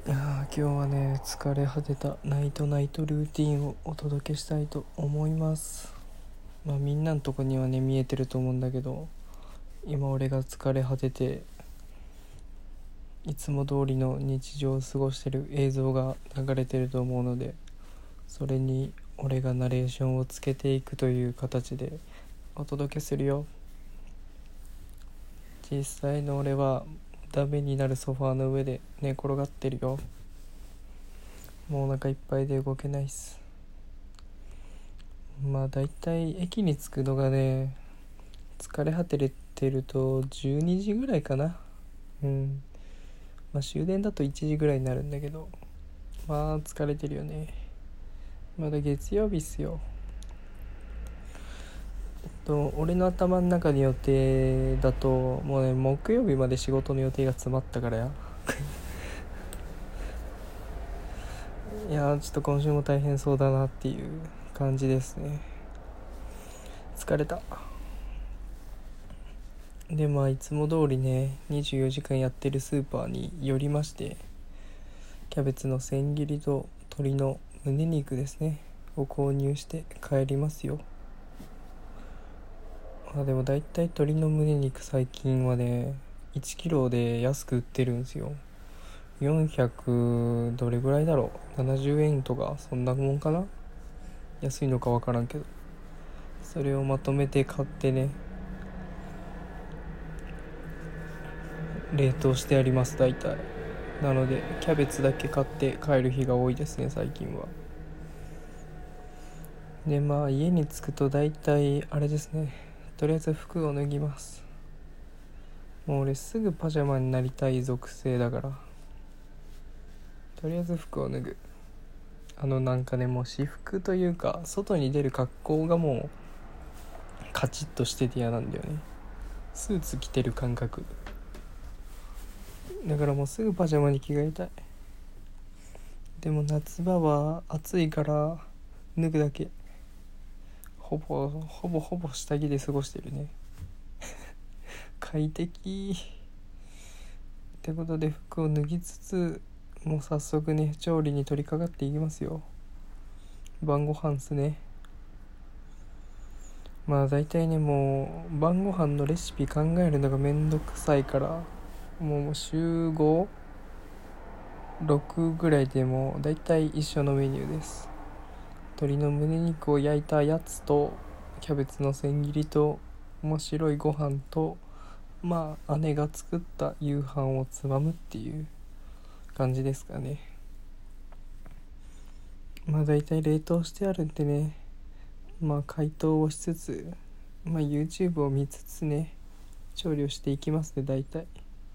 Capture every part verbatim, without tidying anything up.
いやー今日はね疲れ果てたナイトナイトルーティンをお届けしたいと思います。まあみんなのとこにはね見えてると思うんだけど、今俺が疲れ果てていつも通りの日常を過ごしてる映像が流れてると思うので、それに俺がナレーションをつけていくという形でお届けするよ。実際の俺はダメになるソファーの上で寝転がってるよ。もうお腹いっぱいで動けないっす。まあだいたい駅に着くのがね、疲れ果ててるとじゅうにじぐらいかな。うんまあ終電だといちじぐらいになるんだけど、まあ疲れてるよね。まだ月曜日っすよ。えっと俺の頭の中の予定だともうね、木曜日まで仕事の予定が詰まったからやいやーちょっと今週も大変そうだなっていう感じですね。疲れた。でまあいつも通りねにじゅうよじかんやってるスーパーに寄りまして、キャベツの千切りと鶏の胸肉ですねを購入して帰りますよ。あでもだいたい鶏の胸肉最近はねいちキロで安く売ってるんですよ。よんひゃくどれぐらいだろう、ななじゅうえんとかそんなもんかな。安いのか分からんけど、それをまとめて買ってね冷凍してあります。大体なのでキャベツだけ買って帰る日が多いですね最近は。でまあ家に着くと大体あれですね、とりあえず服を脱ぎます。もう俺すぐパジャマになりたい属性だから、とりあえず服を脱ぐ。あのなんかねもう私服というか外に出る格好がもうカチッとしてて嫌なんだよね。スーツ着てる感覚だからもうすぐパジャマに着替えたい。でも夏場は暑いから脱ぐだけ。ほぼほぼほぼ下着で過ごしてるね快適ってことで服を脱ぎつつ、もう早速ね調理に取り掛かっていきますよ。晩ご飯っすね。まあ大体ねもう晩ご飯のレシピ考えるのがめんどくさいから、もう週ご、ろくぐらいでも大体一緒のメニューです。鶏の胸肉を焼いたやつとキャベツの千切りと面白いご飯と、まあ姉が作った夕飯をつまむっていう感じですかね。まあ大体冷凍してあるんでね、まあ解凍をしつつ、まあ YouTube を見つつね調理をしていきますね。大体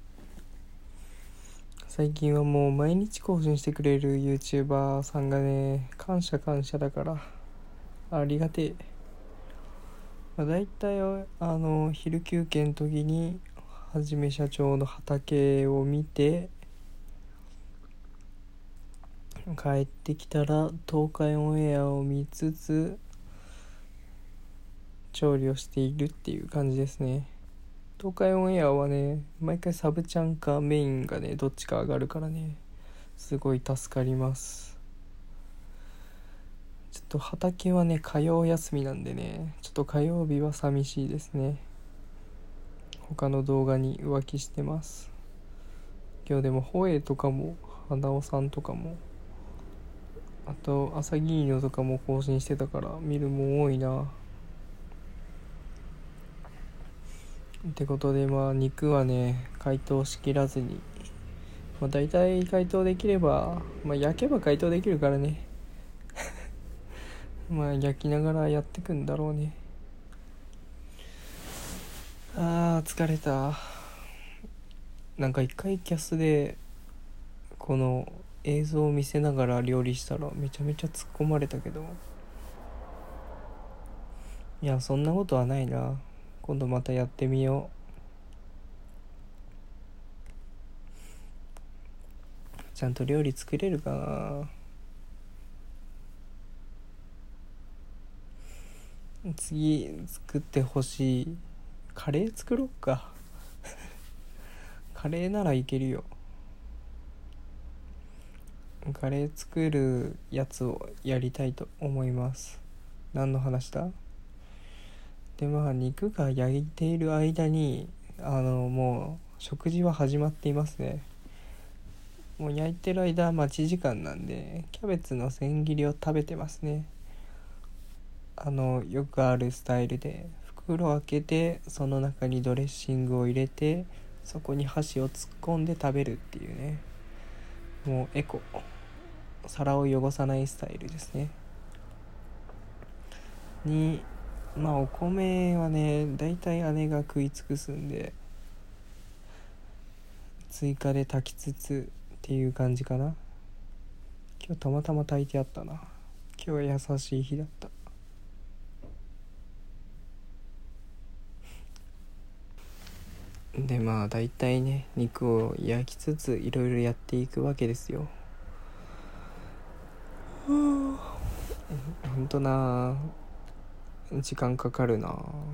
最近はもう毎日更新してくれる YouTuber さんがね感謝感謝だからありがてえ。まあ、大体あの昼休憩の時にはじめ社長の畑を見て、帰ってきたら東海オンエアを見つつ調理をしているっていう感じですね。東海オンエアはね毎回サブチャンかメインがねどっちか上がるからねすごい助かります。ちょっと畑はね火曜休みなんでね、ちょっと火曜日は寂しいですね。他の動画に浮気してます。今日でもホエとかも花尾さんとかも、あと朝銀のとかも更新してたから見るも多いな。ってことでまあ肉はね解凍しきらずに、まあ、大体解凍できれば、まあ、焼けば解凍できるからねまあ焼きながらやってくんだろうね。あー疲れた。なんか一回キャスでこの映像を見せながら料理したらめちゃめちゃ突っ込まれたけど、いやそんなことはないな。今度またやってみよう。ちゃんと料理作れるかな。次作ってほしいカレー作ろうかカレーならいけるよ。 カレー作るやつをやりたいと思います。何の話だ。でまあ肉が焼いている間にあのもう食事は始まっていますね。もう焼いてる間待ち時間なんでキャベツの千切りを食べてますね。あのよくあるスタイルで袋を開けてその中にドレッシングを入れてそこに箸を突っ込んで食べるっていうね、もうエコ、皿を汚さないスタイルですね。にまあお米はねだいたい姉が食い尽くすんで追加で炊きつつっていう感じかな。今日たまたま炊いてあったな。今日は優しい日だった。でまあだいたいね肉を焼きつついろいろやっていくわけですよ。ほんとな時間かかるな。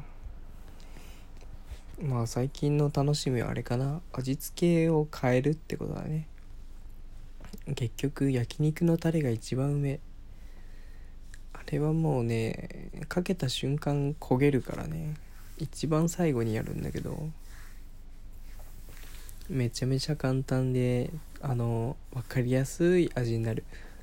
まあ最近の楽しみはあれかな、味付けを変えるってことだね。結局焼肉のタレが一番うめえ。あれはもうねかけた瞬間焦げるからね、一番最後にやるんだけどめちゃめちゃ簡単であの分かりやすい味になる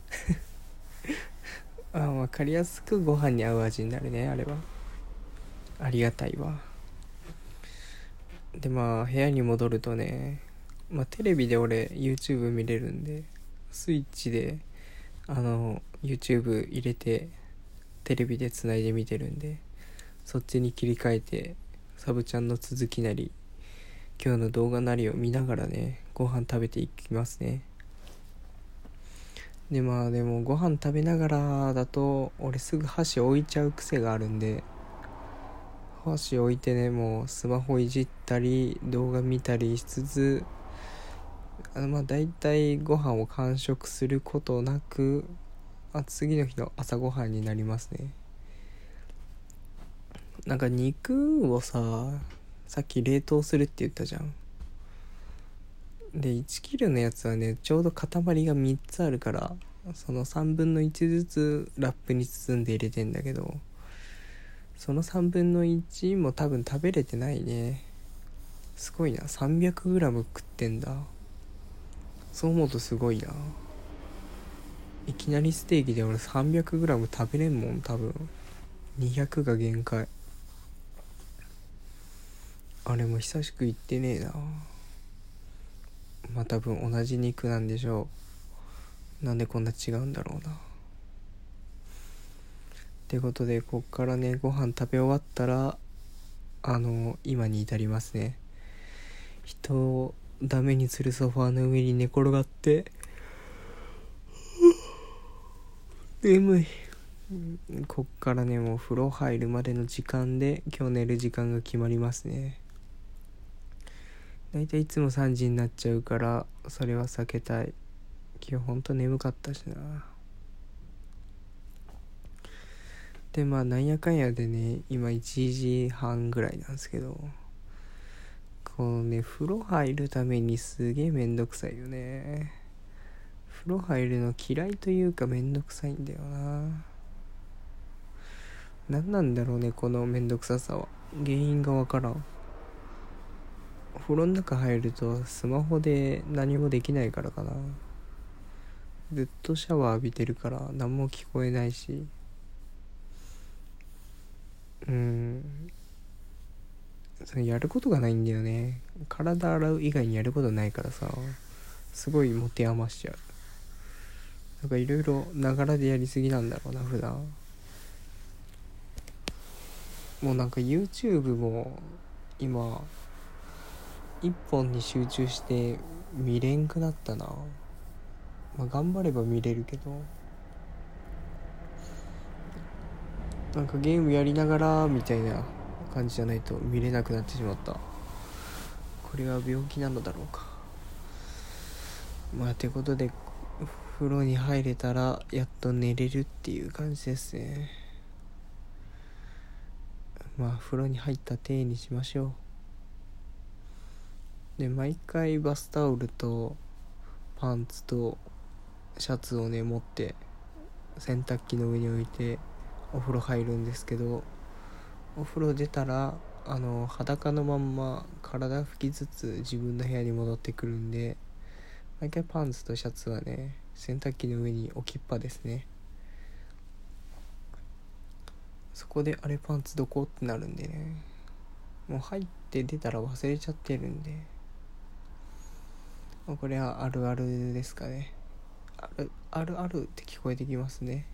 あ分かりやすくご飯に合う味になるね。あれはありがたいわ。でまあ部屋に戻るとね、まあテレビで俺 YouTube 見れるんでスイッチであの YouTube 入れてテレビでつないで見てるんでそっちに切り替えてサブちゃんの続きなり今日の動画なりを見ながらねご飯食べていきますね。でまあでもご飯食べながらだと俺すぐ箸置いちゃう癖があるんで箸置いてねもうスマホいじったり動画見たりしつつあのまあだいたいご飯を完食することなくあ次の日の朝ごはんになりますね。なんか肉をささっき冷凍するって言ったじゃん。でいちキロのやつはねちょうど塊がみっつあるからそのさんぶんのいちずつラップに包んで入れてんだけどそのさんぶんのいちも多分食べれてないね。すごいな さんびゃくグラム 食ってんだ。そう思うとすごいな。いきなりステーキで俺 さんびゃくグラム 食べれんもん。多分にひゃくが限界。あれも久しく行ってねえな。まあ多分同じ肉なんでしょう。なんでこんな違うんだろうな。ってことでこっからねご飯食べ終わったらあの今に至りますね。人をダメにするソファーの上に寝転がって眠い。こっからねもう風呂入るまでの時間で今日寝る時間が決まりますね。だいたいいつもさんじになっちゃうからそれは避けたい。今日ほんと眠かったしな。でまあなんやかんやでね今いちじはんぐらいなんですけどこのね風呂入るためにすげえめんどくさいよね。風呂入るの嫌いというかめんどくさいんだよな。何なんだろうねこのめんどくささは。原因がわからん。お風呂の中入るとスマホで何もできないからかな。ずっとシャワー浴びてるから何も聞こえないしうーんそれやることがないんだよね。体洗う以外にやることないからさすごい持て余しちゃう。なんかいろいろながらでやりすぎなんだろうな普段。もうなんか YouTube も今一本に集中して見れんくなったな。まあ頑張れば見れるけどなんかゲームやりながらみたいな感じじゃないと見れなくなってしまった。これは病気なのだろうか。まあてことで風呂に入れたらやっと寝れるっていう感じですね。まあ風呂に入った体にしましょう。で毎回バスタオルとパンツとシャツをね持って洗濯機の上に置いてお風呂入るんですけど、お風呂出たらあの裸のまんま体拭きつつ自分の部屋に戻ってくるんで、毎回パンツとシャツはね洗濯機の上に置きっぱですね。そこであれパンツどこってなるんでね、もう入って出たら忘れちゃってるんで、これはあるあるですかね。あるあるあるって聞こえてきますね。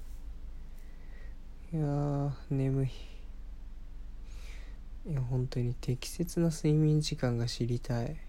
いやー眠い。いや本当に適切な睡眠時間が知りたい。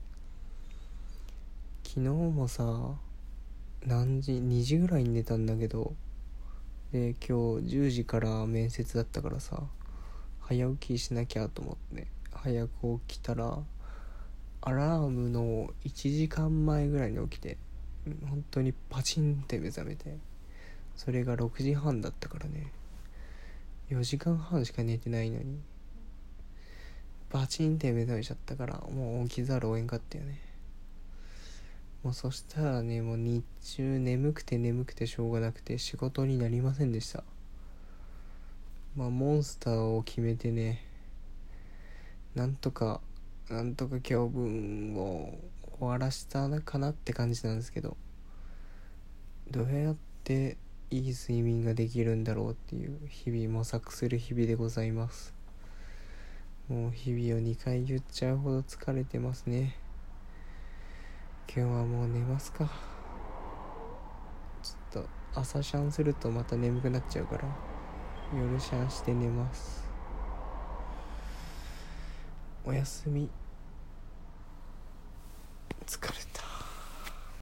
昨日もさ何時にじぐらいに寝たんだけど、で今日じゅうじから面接だったからさ、早起きしなきゃと思って早く起きたら、アラームのいちじかんまえぐらいに起きて、本当にパチンって目覚めて、それがろくじはんだったからね、よじかんはんしか寝てないのにバチンって目覚めちゃったから、もう起きざるを得んかったよね。もうそしたらね、もう日中眠くて眠くてしょうがなくて仕事になりませんでした。まあモンスターを決めてね、なんとかなんとか今日分を終わらしたかなって感じなんですけど、どうやっていい睡眠ができるんだろうっていう日々模索する日々でございます。もう日々をにかい言っちゃうほど疲れてますね。今日はもう寝ますか。ちょっと朝シャンするとまた眠くなっちゃうから夜シャンして寝ます。おやすみ。疲れた。